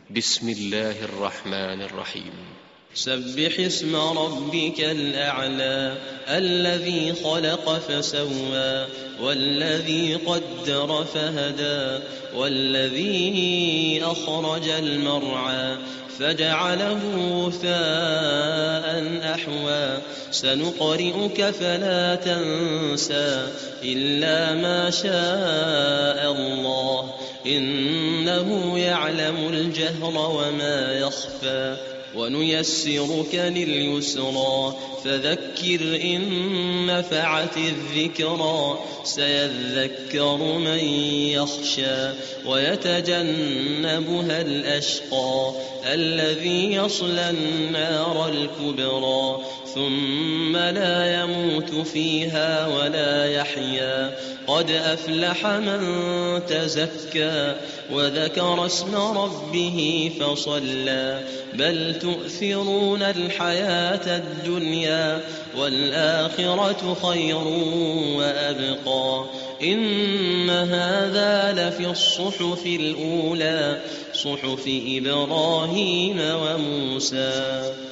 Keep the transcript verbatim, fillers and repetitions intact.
بسم الله الرحمن الرحيم. سبح اسم ربك الأعلى الذي خلق فسوى والذي قدر فهدى والذي أخرج المرعى فجعله غثاء أحوى سنقرئك فلا تنسى إلا ما شاء الله إنه يعلم الجهر وما يخفى ونيسرك لليسرى فذكر إن نفعت الذكرى سيذكر من يخشى ويتجنبها الأشقى الذي يصلى النار الكبرى ثم لا يموت فيها ولا يحيا قد أفلح من تزكى وذكر اسم ربه فصلى بل تؤثرون الحياة الدنيا والآخرة خير وأبقى إن هذا لفي الصحف الأولى صحف إبراهيم وموسى.